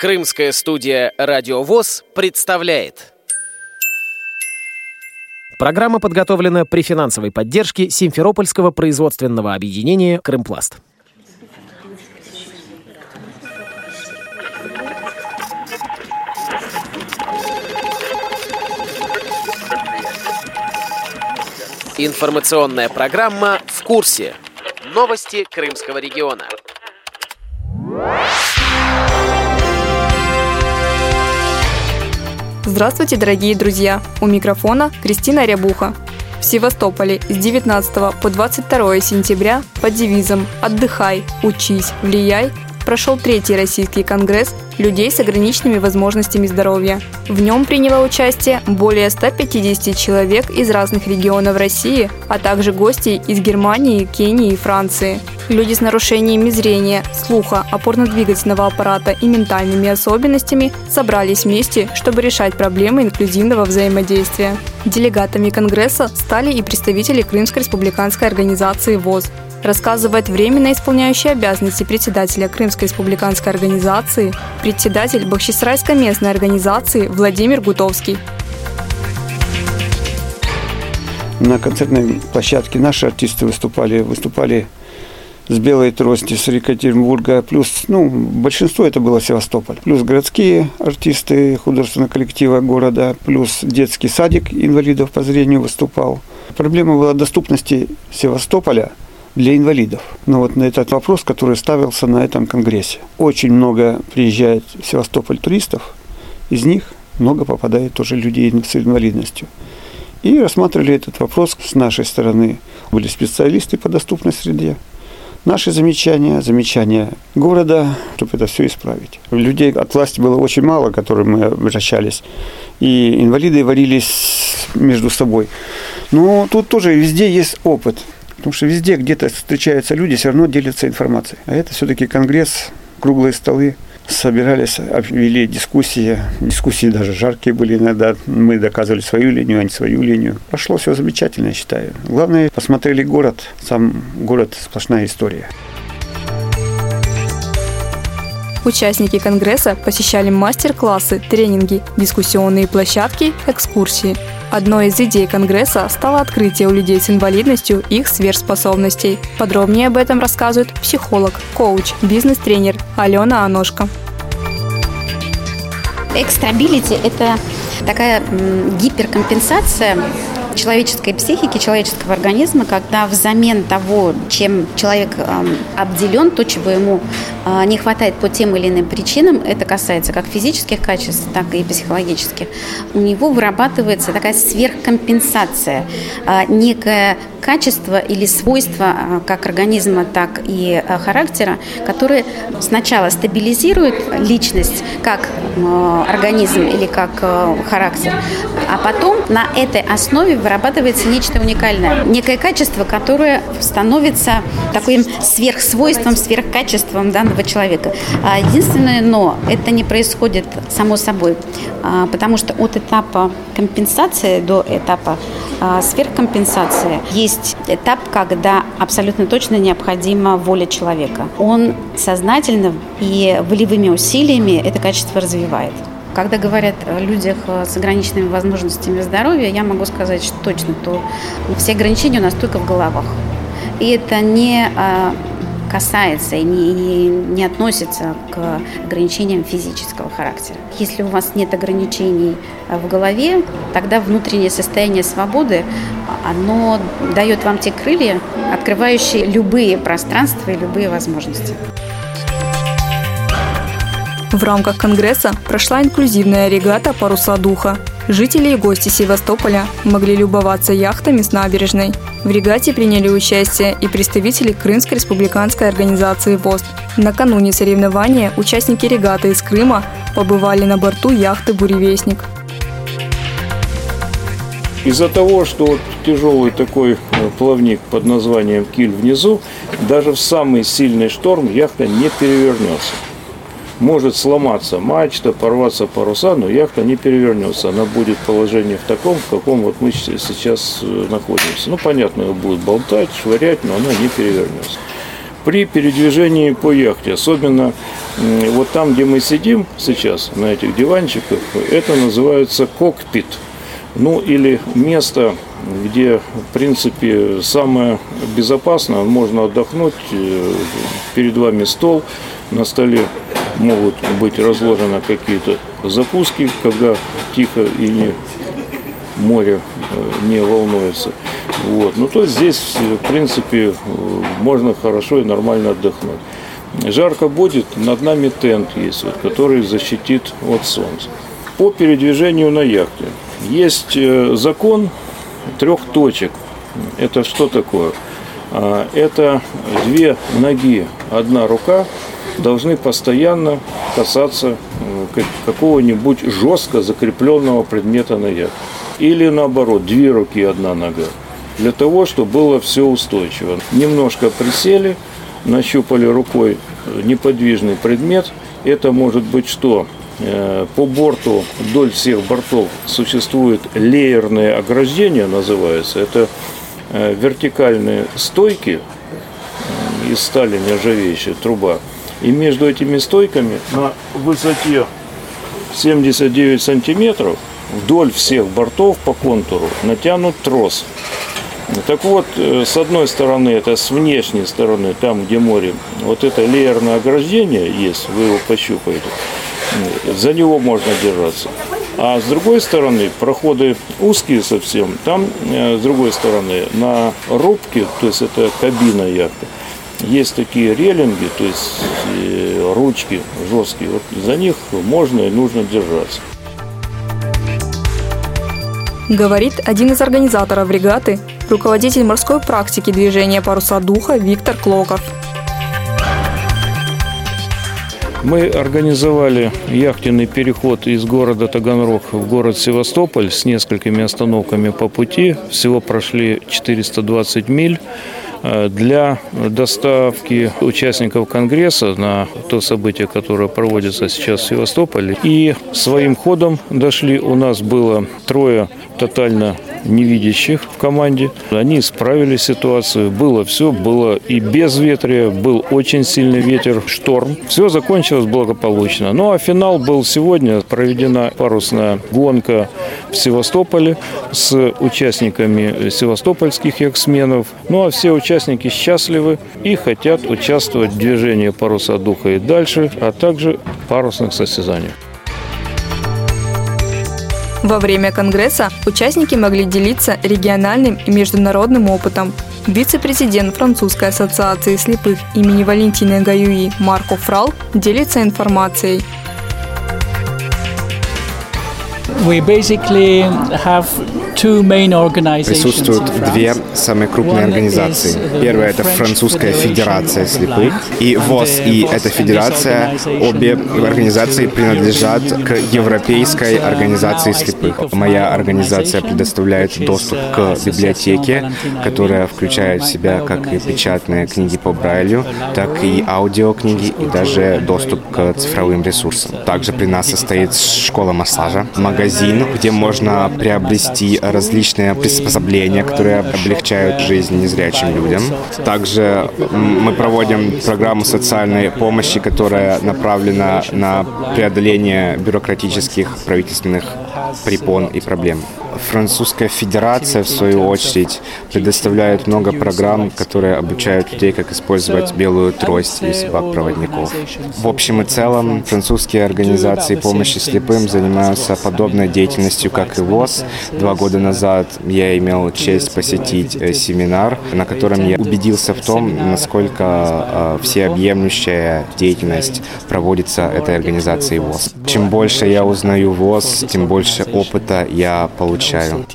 Крымская студия «Радио ВОС» представляет. Программа подготовлена при финансовой поддержке Симферопольского производственного объединения «Крымпласт». Информационная программа «В курсе». Новости Крымского региона. Здравствуйте, дорогие друзья! У микрофона Кристина Рябуха. В Севастополе с 19 по 22 сентября под девизом «Отдыхай, учись, влияй» прошел 3-й Российский конгресс людей с ограниченными возможностями здоровья. В нем приняло участие более 150 человек из разных регионов России, а также гости из Германии, Кении и Франции. Люди с нарушениями зрения, слуха, опорно-двигательного аппарата и ментальными особенностями собрались вместе, чтобы решать проблемы инклюзивного взаимодействия. Делегатами конгресса стали и представители Крымской республиканской организации ВОС. Рассказывает временно исполняющий обязанности председателя Крымской республиканской организации, председатель Бахчисарайской местной организации Владимир Гутовский. На концертной площадке наши артисты выступали с Белой Трости, с Екатеринбурга, плюс, большинство это было Севастополь, плюс городские артисты художественного коллектива города, плюс детский садик инвалидов по зрению выступал. Проблема была доступности Севастополя для инвалидов. Но вот на этот вопрос, который ставился на этом конгрессе. Очень много приезжает в Севастополь туристов, из них много попадает тоже людей с инвалидностью. И рассматривали этот вопрос с нашей стороны. Были специалисты по доступной среде. Наши замечания города, чтобы это все исправить. Людей от власти было очень мало, к которым мы обращались. И инвалиды варились между собой. Но тут тоже везде есть опыт. Потому что везде где-то встречаются люди, все равно делятся информацией. А это все-таки конгресс, круглые столы. Собирались, вели дискуссии даже жаркие были иногда. Мы доказывали свою линию, а не свою линию. Прошло все замечательно, я считаю. Главное, посмотрели город. Сам город – сплошная история. Участники конгресса посещали мастер-классы, тренинги, дискуссионные площадки, экскурсии. Одной из идей конгресса стало открытие у людей с инвалидностью их сверхспособностей. Подробнее об этом рассказывает психолог, коуч, бизнес-тренер Алена Аношко. Экстрабилити – это такая гиперкомпенсация человеческой психики, человеческого организма, когда взамен того, чем человек обделен, то, чего ему не хватает по тем или иным причинам, это касается как физических качеств, так и психологических, у него вырабатывается такая сверхкомпенсация, некое качество или свойство как организма, так и характера, которое сначала стабилизирует личность как организм или как характер, а потом на этой основе вырабатывается нечто уникальное, некое качество, которое становится таким сверхсвойством, сверхкачеством данного человека. Единственное, но это не происходит само собой, потому что от этапа компенсации до этапа сверхкомпенсации есть этап, когда абсолютно точно необходима воля человека. Он сознательно и волевыми усилиями это качество развивает. Когда говорят о людях с ограниченными возможностями здоровья, я могу сказать, что точно, то все ограничения у нас только в головах. И это не касается и не относится к ограничениям физического характера. Если у вас нет ограничений в голове, тогда внутреннее состояние свободы, оно дает вам те крылья, открывающие любые пространства и любые возможности. В рамках конгресса прошла инклюзивная регата «Паруса духа». Жители и гости Севастополя могли любоваться яхтами с набережной. В регате приняли участие и представители Крымской республиканской организации ВОС. Накануне соревнования участники регаты из Крыма побывали на борту яхты «Буревестник». Из-за того, что тяжелый такой плавник под названием «Киль» внизу, даже в самый сильный шторм яхта не перевернется. Может сломаться мачта, порваться паруса, но яхта не перевернется. Она будет в положении в таком, в каком вот мы сейчас находимся. Понятно, ее будет болтать, швырять, но она не перевернется. При передвижении по яхте, особенно вот там, где мы сидим сейчас, на этих диванчиках, это называется кокпит. Ну, или место, где, в принципе, самое безопасное, можно отдохнуть, перед вами стол, на столе могут быть разложены какие-то закуски, когда тихо и море не волнуется. Вот. Ну, то есть здесь, в принципе, можно хорошо и нормально отдохнуть. Жарко будет, над нами тент есть, вот, который защитит от солнца. По передвижению на яхте. Есть закон 3 точек. Это что такое? Это 2 ноги, 1 рука должны постоянно касаться какого-нибудь жестко закрепленного предмета на яхте. Или наоборот, 2 руки, 1 нога. Для того, чтобы было все устойчиво. Немножко присели, нащупали рукой неподвижный предмет. Это может быть что? По борту, вдоль всех бортов существует леерное ограждение, называется. Это вертикальные стойки из стали нержавеющая труба. И между этими стойками на высоте 79 сантиметров вдоль всех бортов по контуру натянут трос. Так вот, с одной стороны, это с внешней стороны, там, где море, вот это леерное ограждение есть, вы его пощупаете, за него можно держаться. А с другой стороны, проходы узкие совсем, там, с другой стороны, на рубке, то есть это кабина яхты, есть такие релинги, то есть ручки жесткие, вот за них можно и нужно держаться. Говорит один из организаторов регаты, руководитель морской практики движения «Паруса духа» Виктор Клоков. Мы организовали яхтенный переход из города Таганрог в город Севастополь с несколькими остановками по пути. Всего прошли 420 миль. Для доставки участников Конгресса на то событие, которое проводится сейчас в Севастополе. И своим ходом дошли. У нас было 3 тотально невидящих в команде. Они справились с ситуацией. Было все, было и безветрие, был очень сильный ветер, шторм. Все закончилось благополучно. Ну а финал был сегодня. Проведена парусная гонка в Севастополе с участниками севастопольских яхтсменов. Ну а все участники счастливы и хотят участвовать в движении «Паруса духа» и дальше, а также в парусных состязаниях. Во время Конгресса участники могли делиться региональным и международным опытом. Вице-президент Французской ассоциации слепых имени Валентины Гаюи Марко Фрал делится информацией. Присутствуют 2 самые крупные организации. Первая – это Французская федерация слепых. И ВОС, и эта федерация, обе организации принадлежат к Европейской организации слепых. Моя организация предоставляет доступ к библиотеке, которая включает в себя как и печатные книги по Брайлю, так и аудиокниги, и даже доступ к цифровым ресурсам. Также при нас состоит школа массажа, магазин, где можно приобрести различные приспособления, которые облегчают жизнь незрячим людям. Также мы проводим программу социальной помощи, которая направлена на преодоление бюрократических правительственных препон и проблем. Французская федерация, в свою очередь, предоставляет много программ, которые обучают людей, как использовать белую трость и собак-проводников. В общем и целом, французские организации помощи слепым занимаются подобной деятельностью, как и ВОС. 2 года назад я имел честь посетить семинар, на котором я убедился в том, насколько всеобъемлющая деятельность проводится этой организацией ВОС. Чем больше я узнаю ВОС, тем больше опыта я получаю.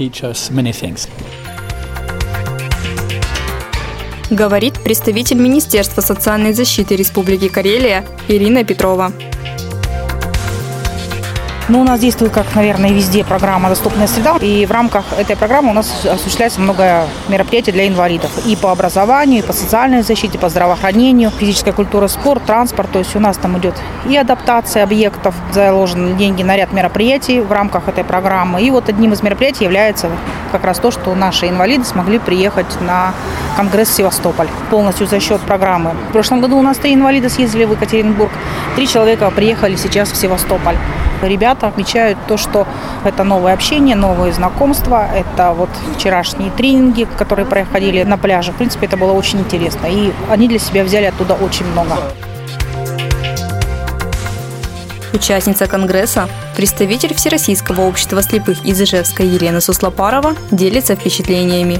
Говорит представитель Министерства социальной защиты Республики Карелия Ирина Петрова. Ну, у нас действует, как, наверное, везде программа «Доступная среда». И в рамках этой программы у нас осуществляется много мероприятий для инвалидов. И по образованию, и по социальной защите, и по здравоохранению, физическая культура, спорт, транспорт. То есть у нас там идет и адаптация объектов, заложены деньги на ряд мероприятий в рамках этой программы. И вот одним из мероприятий является как раз то, что наши инвалиды смогли приехать на конгресс в Севастополь полностью за счет программы. В прошлом году у нас 3 инвалида съездили в Екатеринбург, 3 человека приехали сейчас в Севастополь. Ребята отмечают то, что это новое общение, новые знакомства, это вот вчерашние тренинги, которые проходили на пляже. В принципе, это было очень интересно, и они для себя взяли оттуда очень много. Участница конгресса, представитель Всероссийского общества слепых из Ижевска Елена Суслопарова делится впечатлениями.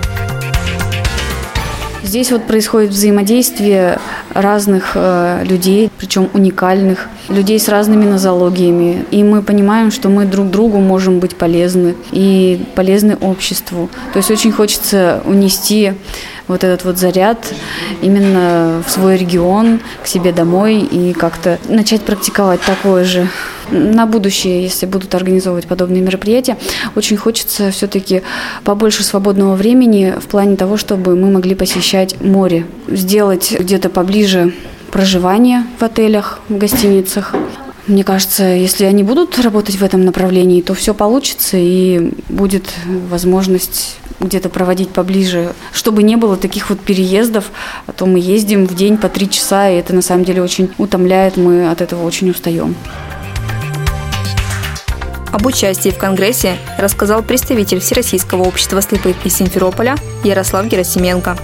Здесь вот происходит взаимодействие разных людей, причем уникальных, людей с разными нозологиями. И мы понимаем, что мы друг другу можем быть полезны и полезны обществу. То есть очень хочется унести вот этот вот заряд именно в свой регион, к себе домой и как-то начать практиковать такое же. На будущее, если будут организовывать подобные мероприятия, очень хочется все-таки побольше свободного времени в плане того, чтобы мы могли посещать море, сделать где-то поближе проживание в отелях, в гостиницах. Мне кажется, если они будут работать в этом направлении, то все получится и будет возможность где-то проводить поближе, чтобы не было таких вот переездов, а то мы ездим в день по 3 часа, и это на самом деле очень утомляет, мы от этого очень устаем. Об участии в конгрессе рассказал представитель Всероссийского общества слепых из Симферополя Ярослав Герасименко.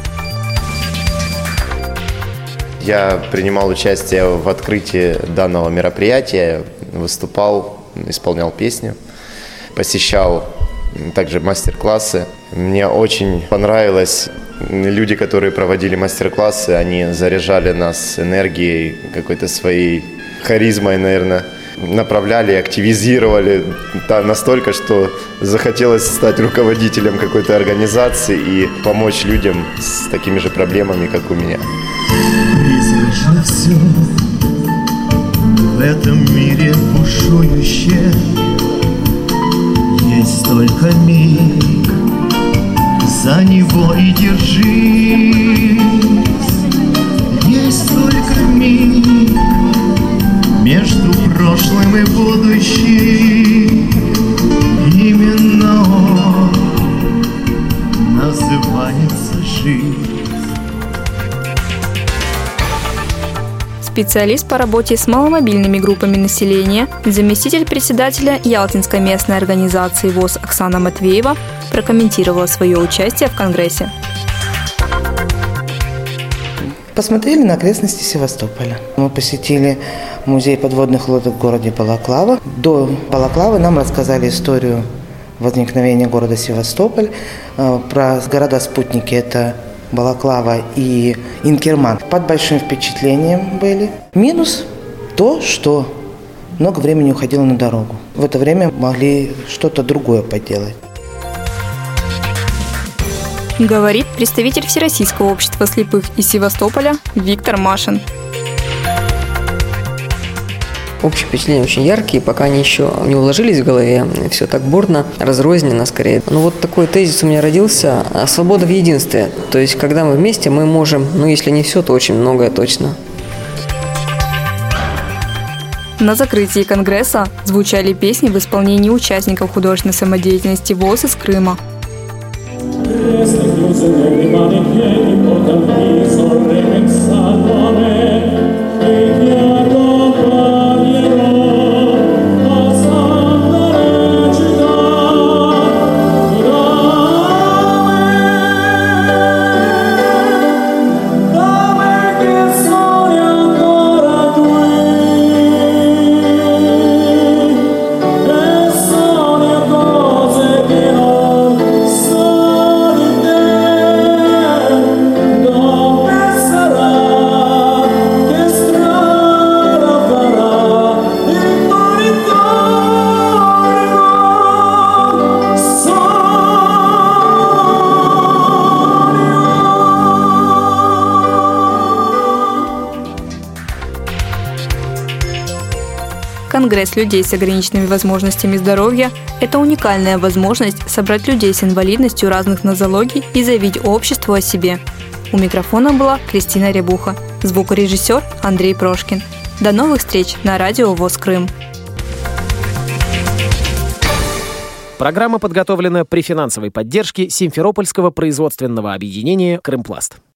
Я принимал участие в открытии данного мероприятия, выступал, исполнял песни, посещал также мастер-классы. Мне очень понравилось. Люди, которые проводили мастер-классы, они заряжали нас энергией, какой-то своей харизмой, наверное, направляли, активизировали настолько, что захотелось стать руководителем какой-то организации и помочь людям с такими же проблемами, как у меня. Призрачно все в этом мире бушующее, есть только миг, за него и держись, есть только миг между прошлым и будущим, именно он называется жизнь. Специалист по работе с маломобильными группами населения, заместитель председателя Ялтинской местной организации ВОС Оксана Матвеева прокомментировала свое участие в конгрессе. Посмотрели на окрестности Севастополя. Мы посетили музей подводных лодок в городе Балаклава. До Балаклавы нам рассказали историю возникновения города Севастополь. Про города-спутники — это Балаклава и Инкерман. Под большим впечатлением были. Минус то, что много времени уходило на дорогу. В это время могли что-то другое поделать. Говорит представитель Всероссийского общества слепых из Севастополя Виктор Машин. Общие впечатления очень яркие, пока они еще не уложились в голове, все так бурно, разрозненно скорее. Но вот такой тезис у меня родился: свобода в единстве. То есть, когда мы вместе, мы можем, если не все, то очень многое точно. На закрытии конгресса звучали песни в исполнении участников художественной самодеятельности ВОС из Крыма. Конгресс людей с ограниченными возможностями здоровья – это уникальная возможность собрать людей с инвалидностью разных нозологий и заявить обществу о себе. У микрофона была Кристина Рябуха, звукорежиссер Андрей Прошкин. До новых встреч на радио ВОС Крым. Программа подготовлена при финансовой поддержке Симферопольского производственного объединения «Крымпласт».